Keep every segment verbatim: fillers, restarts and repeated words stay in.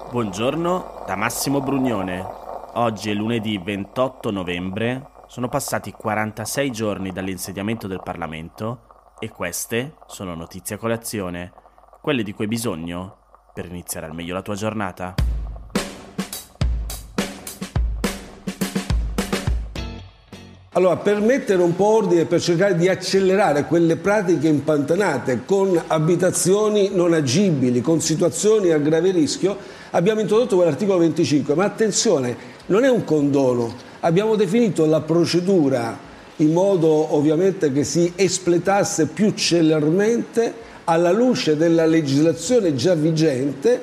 Buongiorno da Massimo Brugnone. Oggi è lunedì ventotto novembre, sono passati quarantasei giorni dall'insediamento del Parlamento e queste sono notizie a colazione, quelle di cui hai bisogno per iniziare al meglio la tua giornata. Allora, per mettere un po' ordine, per cercare di accelerare quelle pratiche impantanate con abitazioni non agibili, con situazioni a grave rischio, abbiamo introdotto quell'articolo venticinque, ma attenzione, non è un condono, abbiamo definito la procedura in modo ovviamente che si espletasse più celermente alla luce della legislazione già vigente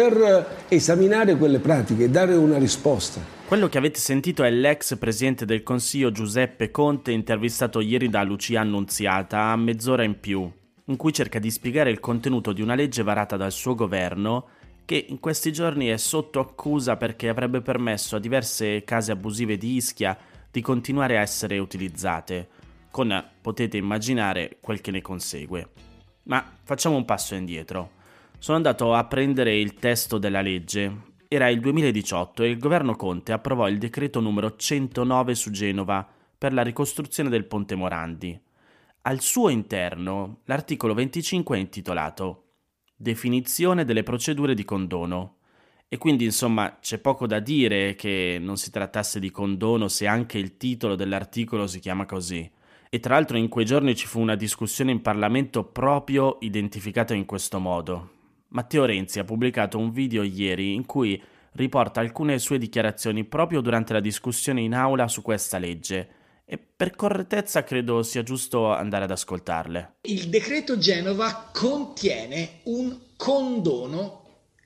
per esaminare quelle pratiche e dare una risposta. Quello che avete sentito è l'ex presidente del Consiglio Giuseppe Conte, intervistato ieri da Lucia Annunziata a mezz'ora in più, in cui cerca di spiegare il contenuto di una legge varata dal suo governo che in questi giorni è sotto accusa perché avrebbe permesso a diverse case abusive di Ischia di continuare a essere utilizzate, con, potete immaginare, quel che ne consegue. Ma facciamo un passo indietro. Sono andato a prendere il testo della legge. Era il duemiladiciotto e il governo Conte approvò il decreto numero centonove su Genova per la ricostruzione del Ponte Morandi. Al suo interno l'articolo venticinque è intitolato Definizione delle procedure di condono. E quindi insomma c'è poco da dire che non si trattasse di condono se anche il titolo dell'articolo si chiama così. E tra l'altro in quei giorni ci fu una discussione in Parlamento proprio identificata in questo modo. Matteo Renzi ha pubblicato un video ieri in cui riporta alcune sue dichiarazioni proprio durante la discussione in aula su questa legge e per correttezza credo sia giusto andare ad ascoltarle. Il decreto Genova contiene un condono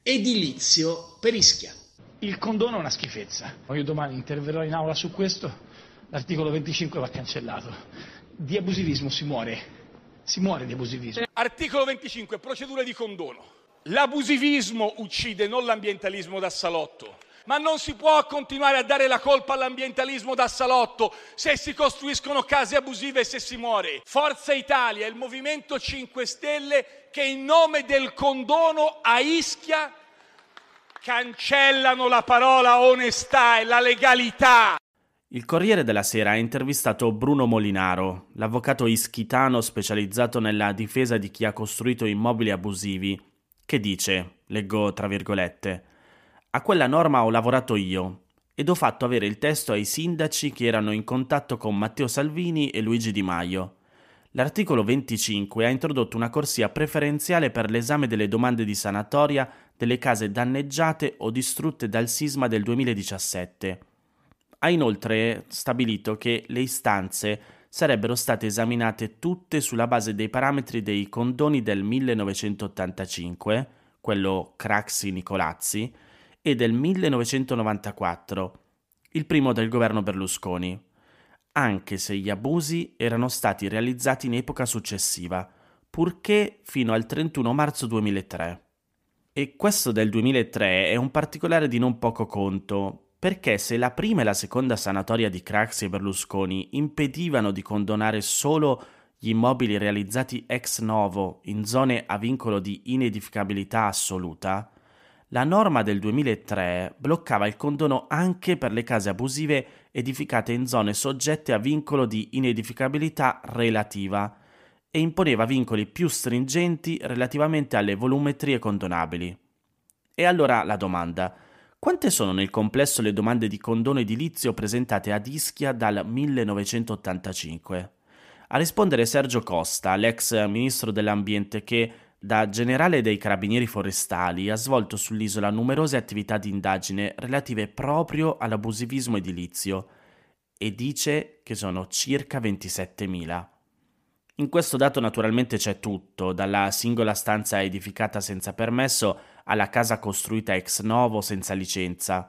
edilizio per Ischia. Il condono è una schifezza. Io domani interverrò in aula su questo, l'articolo venticinque va cancellato. Di abusivismo si muore, si muore di abusivismo. Articolo venticinque, procedure di condono. L'abusivismo uccide, non l'ambientalismo da salotto. Ma non si può continuare a dare la colpa all'ambientalismo da salotto se si costruiscono case abusive e se si muore. Forza Italia e il Movimento cinque Stelle che in nome del condono a Ischia cancellano la parola onestà e la legalità. Il Corriere della Sera ha intervistato Bruno Molinaro, l'avvocato ischitano specializzato nella difesa di chi ha costruito immobili abusivi, che dice, leggo tra virgolette, a quella norma ho lavorato io ed ho fatto avere il testo ai sindaci che erano in contatto con Matteo Salvini e Luigi Di Maio. L'articolo venticinque ha introdotto una corsia preferenziale per l'esame delle domande di sanatoria delle case danneggiate o distrutte dal sisma del duemiladiciassette. Ha inoltre stabilito che le istanze sarebbero state esaminate tutte sulla base dei parametri dei condoni del millenovecentottantacinque, quello Craxi-Nicolazzi, e del millenovecentonovantaquattro, il primo del governo Berlusconi, anche se gli abusi erano stati realizzati in epoca successiva, purché fino al trentuno marzo duemilatré. E questo del duemilatré è un particolare di non poco conto, perché se la prima e la seconda sanatoria di Craxi e Berlusconi impedivano di condonare solo gli immobili realizzati ex novo in zone a vincolo di inedificabilità assoluta, la norma del duemilatré bloccava il condono anche per le case abusive edificate in zone soggette a vincolo di inedificabilità relativa e imponeva vincoli più stringenti relativamente alle volumetrie condonabili. E allora la domanda: quante sono nel complesso le domande di condono edilizio presentate ad Ischia dal millenovecentottantacinque? A rispondere Sergio Costa, l'ex ministro dell'ambiente che, da generale dei carabinieri forestali, ha svolto sull'isola numerose attività di indagine relative proprio all'abusivismo edilizio e dice che sono circa ventisettemila. In questo dato naturalmente c'è tutto, dalla singola stanza edificata senza permesso alla casa costruita ex novo senza licenza.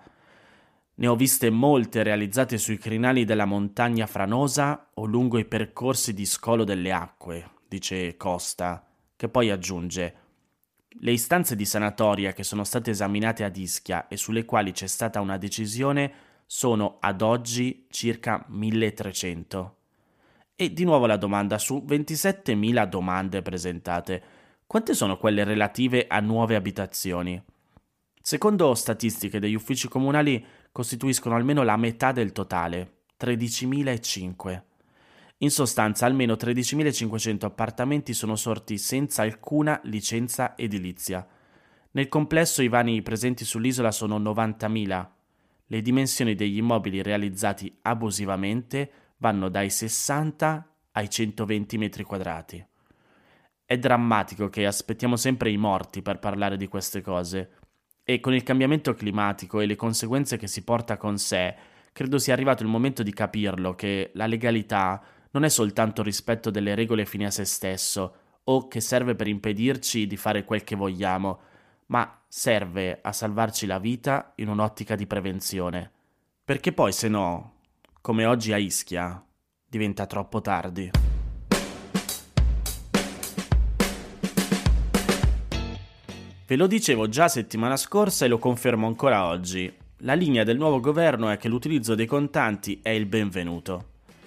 Ne ho viste molte realizzate sui crinali della montagna franosa o lungo i percorsi di scolo delle acque, dice Costa, che poi aggiunge: le istanze di sanatoria che sono state esaminate ad Ischia e sulle quali c'è stata una decisione sono ad oggi circa milletrecento. E di nuovo la domanda: su ventisettemila domande presentate, quante sono quelle relative a nuove abitazioni? Secondo statistiche degli uffici comunali costituiscono almeno la metà del totale, tredicimilacinquecento. In sostanza almeno tredicimilacinquecento appartamenti sono sorti senza alcuna licenza edilizia. Nel complesso i vani presenti sull'isola sono novantamila. Le dimensioni degli immobili realizzati abusivamente vanno dai sessanta ai centoventi metri quadrati. È drammatico che aspettiamo sempre i morti per parlare di queste cose e con il cambiamento climatico e le conseguenze che si porta con sé, credo sia arrivato il momento di capirlo che la legalità non è soltanto il rispetto delle regole fine a se stesso o che serve per impedirci di fare quel che vogliamo, ma serve a salvarci la vita in un'ottica di prevenzione. Perché poi, se no, come oggi a Ischia, diventa troppo tardi. Ve lo dicevo già settimana scorsa e lo confermo ancora oggi. La linea del nuovo governo è che l'utilizzo dei contanti è il benvenuto.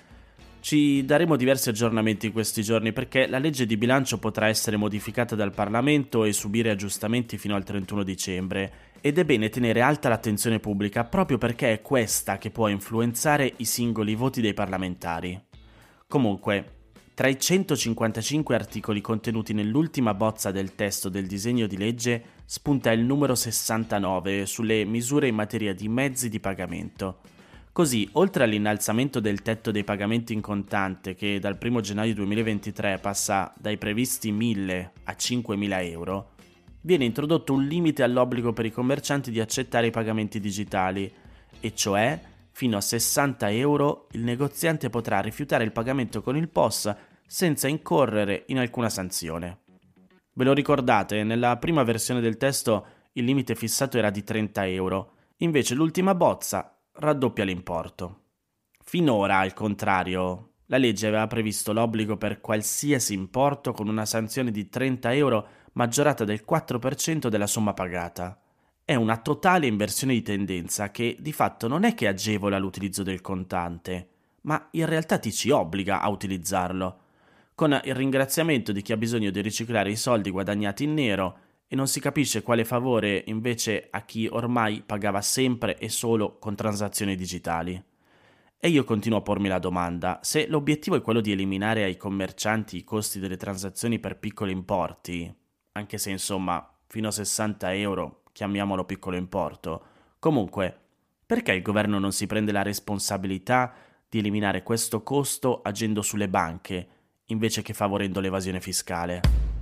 Ci daremo diversi aggiornamenti in questi giorni perché la legge di bilancio potrà essere modificata dal Parlamento e subire aggiustamenti fino al trentuno dicembre ed è bene tenere alta l'attenzione pubblica proprio perché è questa che può influenzare i singoli voti dei parlamentari. Comunque, tra i centocinquantacinque articoli contenuti nell'ultima bozza del testo del disegno di legge spunta il numero sessantanove sulle misure in materia di mezzi di pagamento. Così, oltre all'innalzamento del tetto dei pagamenti in contante che dal primo gennaio duemilaventitré passa dai previsti mille a cinquemila euro, viene introdotto un limite all'obbligo per i commercianti di accettare i pagamenti digitali, e cioè fino a sessanta euro il negoziante potrà rifiutare il pagamento con il P O S senza incorrere in alcuna sanzione. Ve lo ricordate? Nella prima versione del testo il limite fissato era di trenta euro, invece l'ultima bozza raddoppia l'importo. Finora, al contrario, la legge aveva previsto l'obbligo per qualsiasi importo con una sanzione di trenta euro maggiorata del quattro per cento della somma pagata. È una totale inversione di tendenza che di fatto non è che agevola l'utilizzo del contante, ma in realtà ti ci obbliga a utilizzarlo, con il ringraziamento di chi ha bisogno di riciclare i soldi guadagnati in nero e non si capisce quale favore invece a chi ormai pagava sempre e solo con transazioni digitali. E io continuo a pormi la domanda, se l'obiettivo è quello di eliminare ai commercianti i costi delle transazioni per piccoli importi, anche se insomma fino a sessanta euro, chiamiamolo piccolo importo, comunque, perché il governo non si prende la responsabilità di eliminare questo costo agendo sulle banche, invece che favorendo l'evasione fiscale?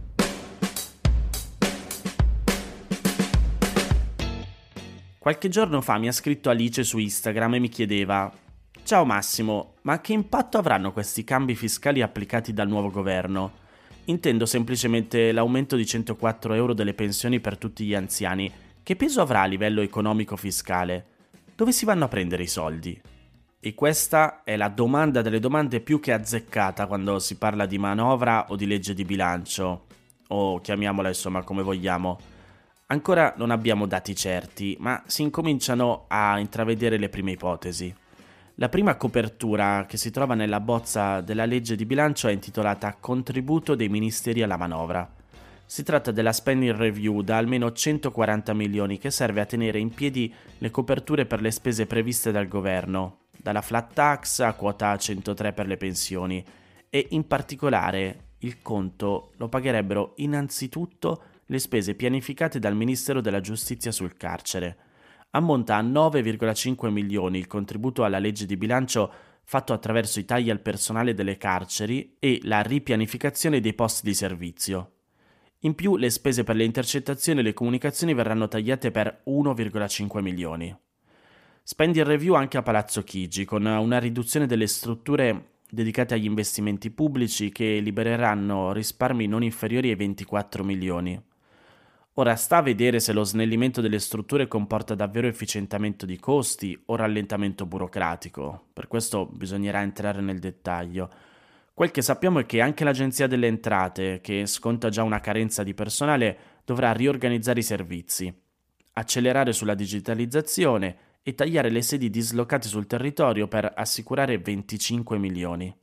Qualche giorno fa mi ha scritto Alice su Instagram e mi chiedeva: «Ciao Massimo, ma che impatto avranno questi cambi fiscali applicati dal nuovo governo? Intendo semplicemente l'aumento di centoquattro euro delle pensioni per tutti gli anziani. Che peso avrà a livello economico-fiscale? Dove si vanno a prendere i soldi?» E questa è la domanda delle domande più che azzeccata quando si parla di manovra o di legge di bilancio, o chiamiamola insomma come vogliamo. Ancora non abbiamo dati certi, ma si incominciano a intravedere le prime ipotesi. La prima copertura che si trova nella bozza della legge di bilancio è intitolata Contributo dei ministeri alla manovra. Si tratta della spending review da almeno centoquaranta milioni che serve a tenere in piedi le coperture per le spese previste dal governo, dalla flat tax a quota centotré per le pensioni, e in particolare il conto lo pagherebbero innanzitutto le spese pianificate dal Ministero della Giustizia sul carcere. Ammonta a nove virgola cinque milioni il contributo alla legge di bilancio fatto attraverso i tagli al personale delle carceri e la ripianificazione dei posti di servizio. In più le spese per le intercettazioni e le comunicazioni verranno tagliate per uno virgola cinque milioni. Spending review anche a Palazzo Chigi, con una riduzione delle strutture dedicate agli investimenti pubblici che libereranno risparmi non inferiori ai ventiquattro milioni. Ora sta a vedere se lo snellimento delle strutture comporta davvero efficientamento di costi o rallentamento burocratico. Per questo bisognerà entrare nel dettaglio. Quel che sappiamo è che anche l'Agenzia delle Entrate, che sconta già una carenza di personale, dovrà riorganizzare i servizi, accelerare sulla digitalizzazione e tagliare le sedi dislocate sul territorio per assicurare venticinque milioni.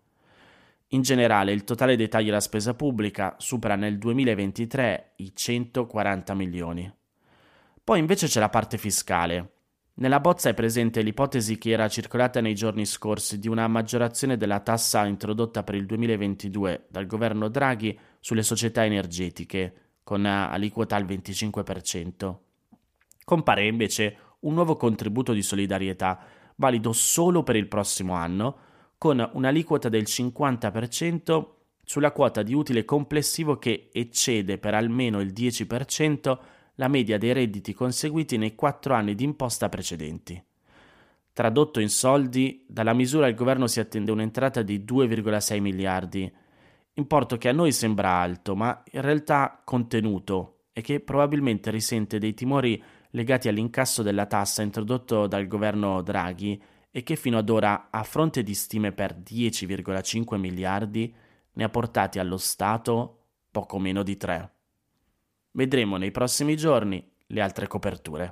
In generale, il totale dei tagli alla spesa pubblica supera nel duemilaventitré i centoquaranta milioni. Poi invece c'è la parte fiscale. Nella bozza è presente l'ipotesi che era circolata nei giorni scorsi di una maggiorazione della tassa introdotta per il duemilaventidue dal governo Draghi sulle società energetiche, con aliquota al venticinque per cento. Compare invece un nuovo contributo di solidarietà, valido solo per il prossimo anno, con un'aliquota del cinquanta per cento sulla quota di utile complessivo che eccede per almeno il dieci per cento la media dei redditi conseguiti nei quattro anni di imposta precedenti. Tradotto in soldi, dalla misura il governo si attende un'entrata di due virgola sei miliardi, importo che a noi sembra alto, ma in realtà contenuto e che probabilmente risente dei timori legati all'incasso della tassa introdotto dal governo Draghi e che fino ad ora, a fronte di stime per dieci virgola cinque miliardi, ne ha portati allo Stato poco meno di tre. Vedremo nei prossimi giorni le altre coperture.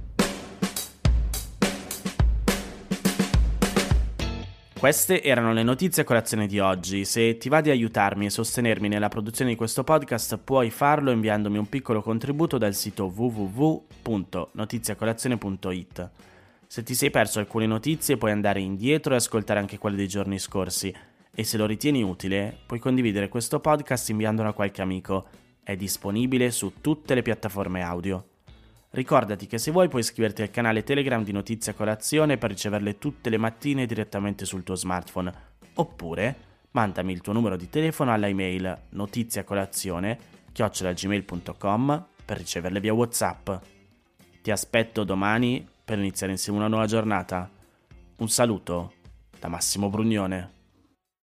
Queste erano le notizie a colazione di oggi. Se ti va di aiutarmi e sostenermi nella produzione di questo podcast, puoi farlo inviandomi un piccolo contributo dal sito w w w punto notiziacolazione punto i t. Se ti sei perso alcune notizie, puoi andare indietro e ascoltare anche quelle dei giorni scorsi. E se lo ritieni utile, puoi condividere questo podcast inviandolo a qualche amico. È disponibile su tutte le piattaforme audio. Ricordati che se vuoi puoi iscriverti al canale Telegram di Notizie a Colazione per riceverle tutte le mattine direttamente sul tuo smartphone, oppure mandami il tuo numero di telefono alla email notiziacolazione chiocciola gmail punto com per riceverle via WhatsApp. Ti aspetto domani per iniziare insieme una nuova giornata. Un saluto da Massimo Brugnone.